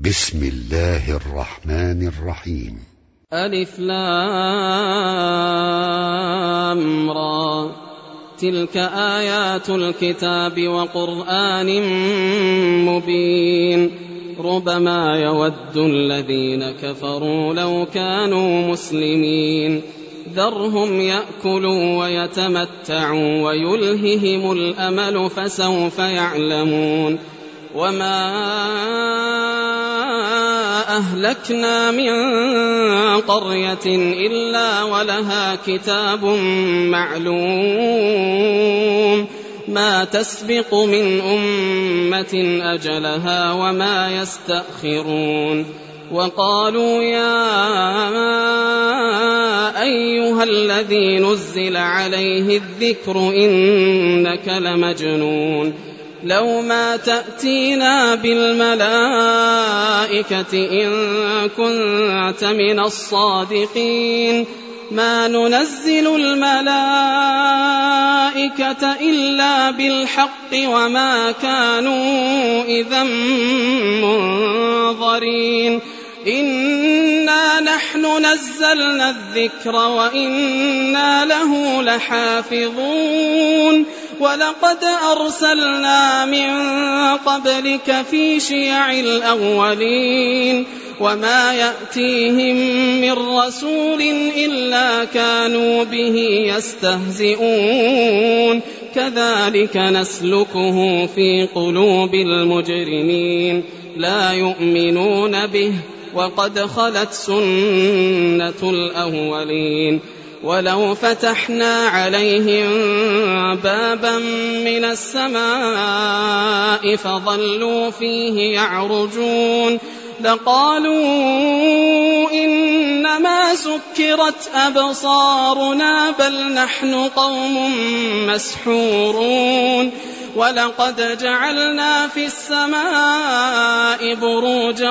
بسم الله الرحمن الرحيم. ألف لام را، تلك آيات الكتاب وقرآن مبين. ربما يود الذين كفروا لو كانوا مسلمين. ذرهم يأكلوا ويتمتعوا ويلههم الأمل فسوف يعلمون. وما أهلكنا من قرية إلا ولها كتاب معلوم، ما تسبق من أمة أجلها وما يستأخرون. وقالوا يا أيها الذي نزل عليه الذكر إنك لمجنون، لو ما تأتينا بالملائكة إن كنت من الصادقين، ما ننزل الملائكة إلا بالحق وما كانوا إذا منظرين. إنا نحن نزلنا الذكر وإنا له لحافظون. ولقد أرسلنا من قبلك في شيع الأولين، وما يأتيهم من رسول إلا كانوا به يستهزئون. كذلك نسلكه في قلوب المجرمين، لا يؤمنون به وقد خلت سنة الأولين. ولو فتحنا عليهم بابا من السماء فظلوا فيه يعرجون لقالوا إنما سكرت أبصارنا بل نحن قوم مسحورون. ولقد جعلنا في السماء بروجا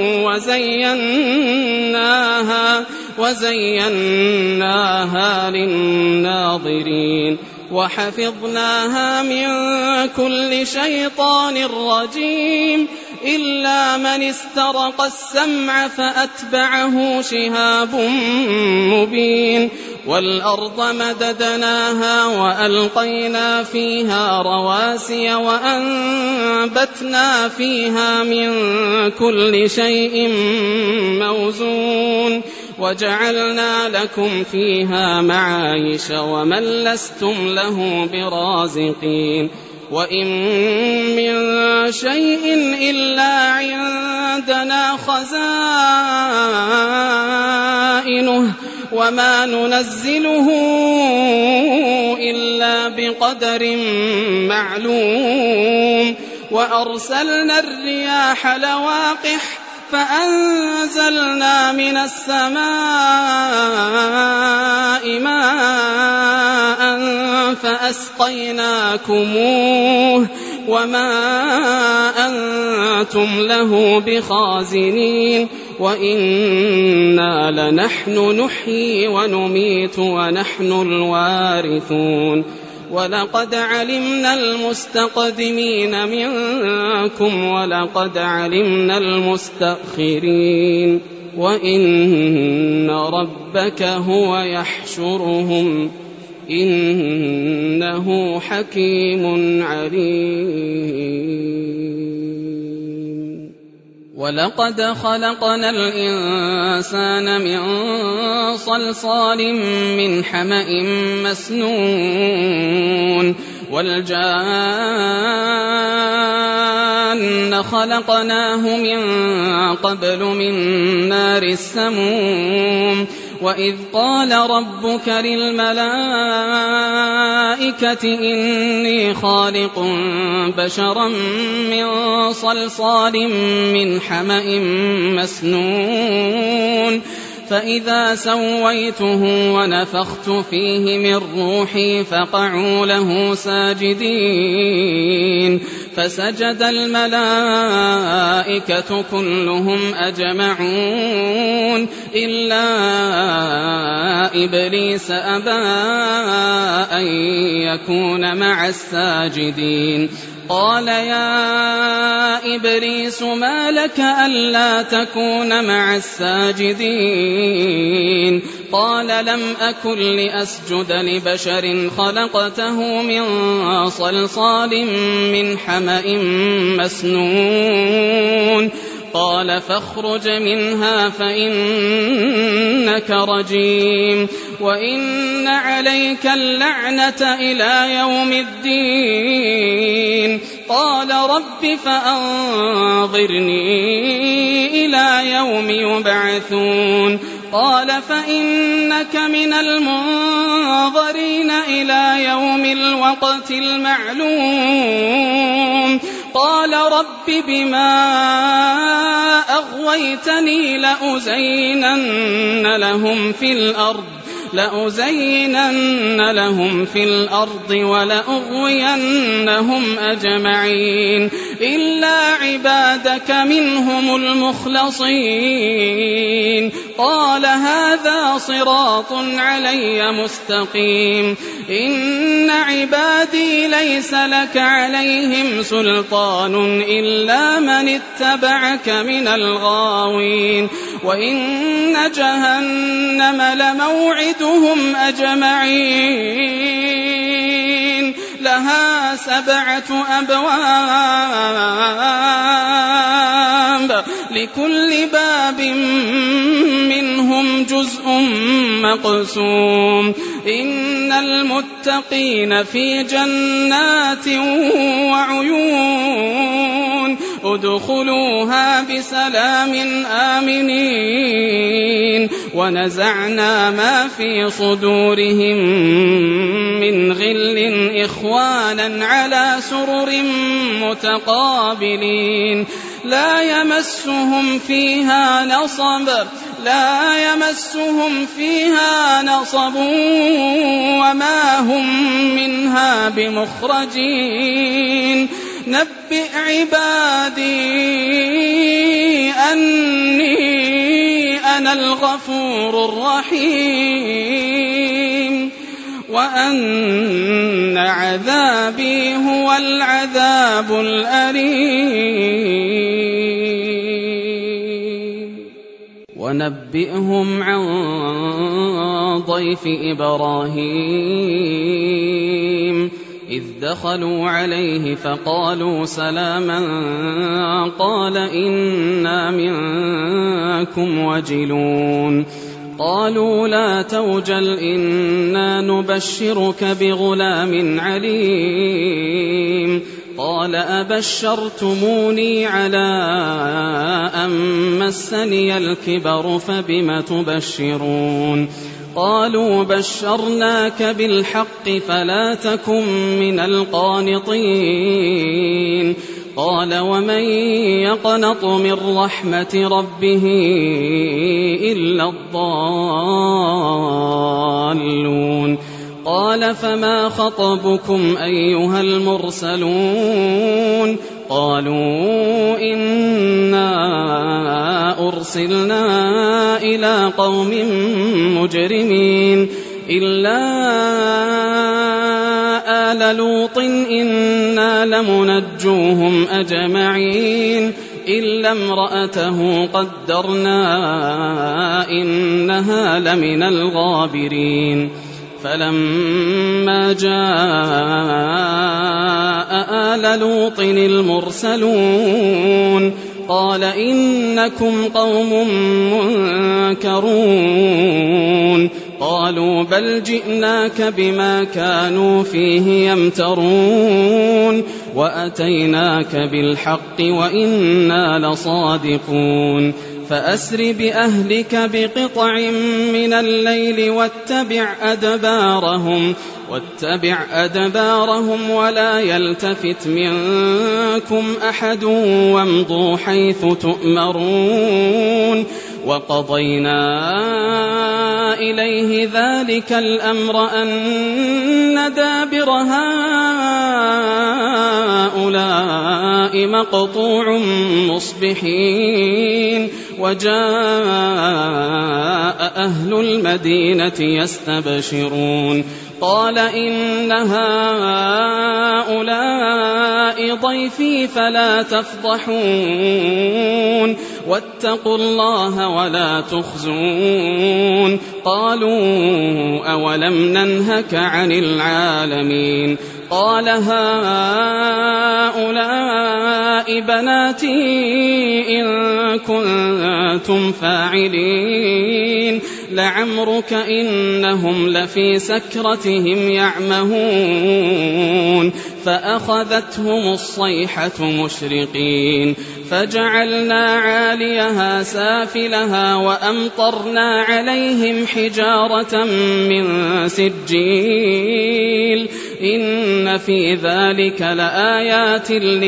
وزيناها للناظرين، وحفظناها من كل شيطان رجيم، إلا من استرق السمع فأتبعه شهاب مبين. والأرض مددناها وألقينا فيها رواسي وأنبتنا فيها من كل شيء موزون، وجعلنا لكم فيها معايش ومن لستم له برازقين. وإن من شيء إلا عندنا خزائنه وما ننزله إلا بقدر معلوم. وأرسلنا الرياح لواقح فأنزلنا من السماء ماء فأسقيناكموه وما أنتم له بخازنين. وإنا لنحن نحيي ونميت ونحن الوارثون. ولقد علمنا المستقدمين منكم ولقد علمنا المستأخرين، وإن ربك هو يحشرهم إنه حكيم عليم. ولقد خلقنا الإنسان من صلصال من حمأ مسنون، والجان خلقناه من قبل من نار السموم. وإذ قال ربك للملائكة إني خالق بشرا من صلصال من حمأ مسنون، فإذا سويته ونفخت فيه من روحي فقعوا له ساجدين. فسجد الملائكة كلهم أجمعون إلا إبليس أبى أن يكون مع الساجدين. قال يا إبليس ما لك ألا تكون مع الساجدين قال لم أكن لأسجد لبشر خلقته من صلصال من حمأ مسنون قال فاخرج منها فإنك رجيم وإن عليك اللعنة إلى يوم الدين قال رب فأنظرني إلى يوم يبعثون قال فإنك من المنظرين إلى يوم الوقت المعلوم قال رب بما أغويتني لأزينن لهم في الأرض ولأغوينهم أجمعين إلا عبادك منهم المخلصين قال هذا صراط علي مستقيم إن عبادي ليس لك عليهم سلطان إلا من اتبعك من الغاوين وإن جهنم لموعدهم أجمعين لها 7 أبواب لكل باب منهم جزء مقسوم إن المتقين في جنات وعيون ادخلوها بسلام آمنين ونزعنا ما في صدورهم من غل إخوانا على سرر متقابلين لا يمسهم فيها نصب وما هم منها بمخرجين نبئ عبادي أني أنا الغفور الرحيم وأن عذابي هو العذاب الأليم ونبئهم عن ضيف إبراهيم إذ دخلوا عليه فقالوا سلاما قال إنا منكم وجلون قالوا لا توجل إنا نبشرك بغلام عليم قال أبشرتموني على أن مسني الكبر فبم تبشرون قالوا بشرناك بالحق فلا تكن من القانطين قال ومن يقنط من رحمة ربه إلا الضالون قال فما خطبكم أيها المرسلون قالوا إنا أرسلنا إلى قوم مجرمين إلا آل لوط إنا لمنجوهم أجمعين إلا امرأته قدرنا إنها لمن الغابرين فلما جاء آل لوط المرسلون قال إنكم قوم منكرون قالوا بل جئناك بما كانوا فيه يمترون وأتيناك بالحق وإنا لصادقون فأسر بأهلك بقطع من الليل واتبع أدبارهم ولا يلتفت منكم أحد وامضوا حيث تؤمرون وقضينا إليه ذلك الأمر أن دابر هؤلاء مقطوع مصبحين وجاء أهل المدينة يستبشرون قال إن هؤلاء ضيفي فلا تفضحون واتقوا الله ولا تخزون قالوا أولم ننهك عن العالمين قال هؤلاء بناتي إن كنتم فاعلين لعمرك إنهم لفي سكرتهم يعمهون فأخذتهم الصيحة مشرقين فجعلنا عاليها سافلها وأمطرنا عليهم حجارة من سجيل إن في ذلك لآيات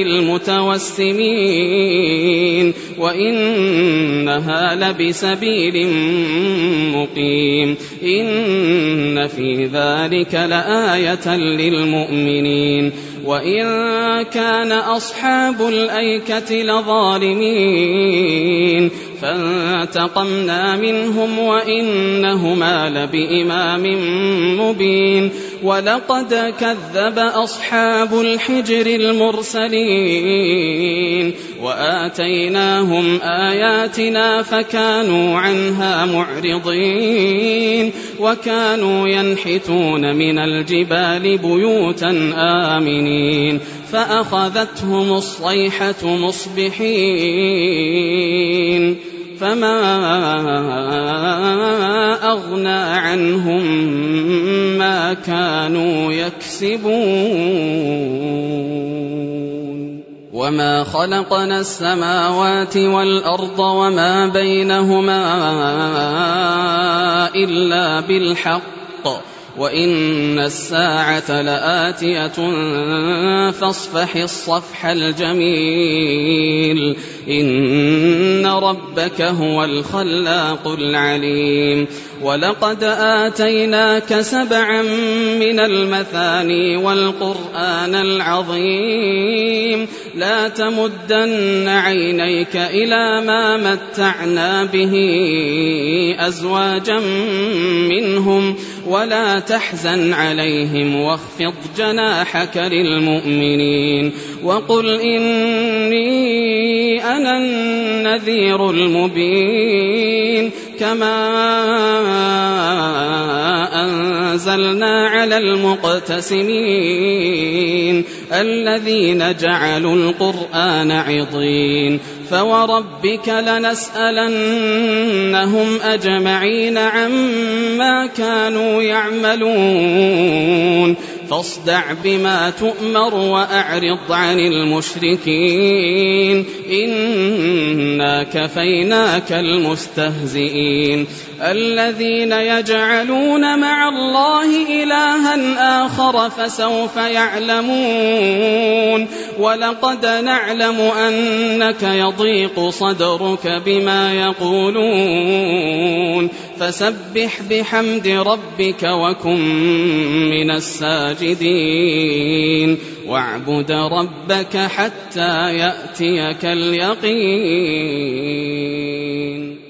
للمتوسمين وإنها لبسبيل مقيم إن في ذلك لآية للمؤمنين وإن كان أصحاب الأيكة لظالمين فانتقمنا منهم وإنهما لبإمام مبين ولقد كذب أصحاب الحجر المرسلين وآتيناهم آياتنا فكانوا عنها معرضين وكانوا ينحتون من الجبال بيوتا آمنين فأخذتهم الصيحة مصبحين فما أغنى عنهم ما كانوا يكسبون وما خلقنا السماوات والأرض وما بينهما إلا بالحق وإن الساعة لآتية فاصفح الصفح الجميل إن ربك هو الخلاق العليم ولقد آتيناك 7 من المثاني والقرآن العظيم لا تمدن عينيك إلى ما متعنا به أزواجا منهم ولا تحزن عليهم واخفض جناحك للمؤمنين وقل إني أنا النذير المبين كما أنزلنا على المقتسمين الذين جعلوا القرآن عضين فوربك لنسألنهم أجمعين عما كانوا يعملون فاصدع بما تؤمر وأعرض عن المشركين إنا كفيناك المستهزئين الذين يجعلون مع الله إلها آخر فسوف يعلمون ولقد نعلم أنك يضيق صدرك بما يقولون فسبح بحمد ربك وكن من الساجدين واعبد ربك حتى يأتيك اليقين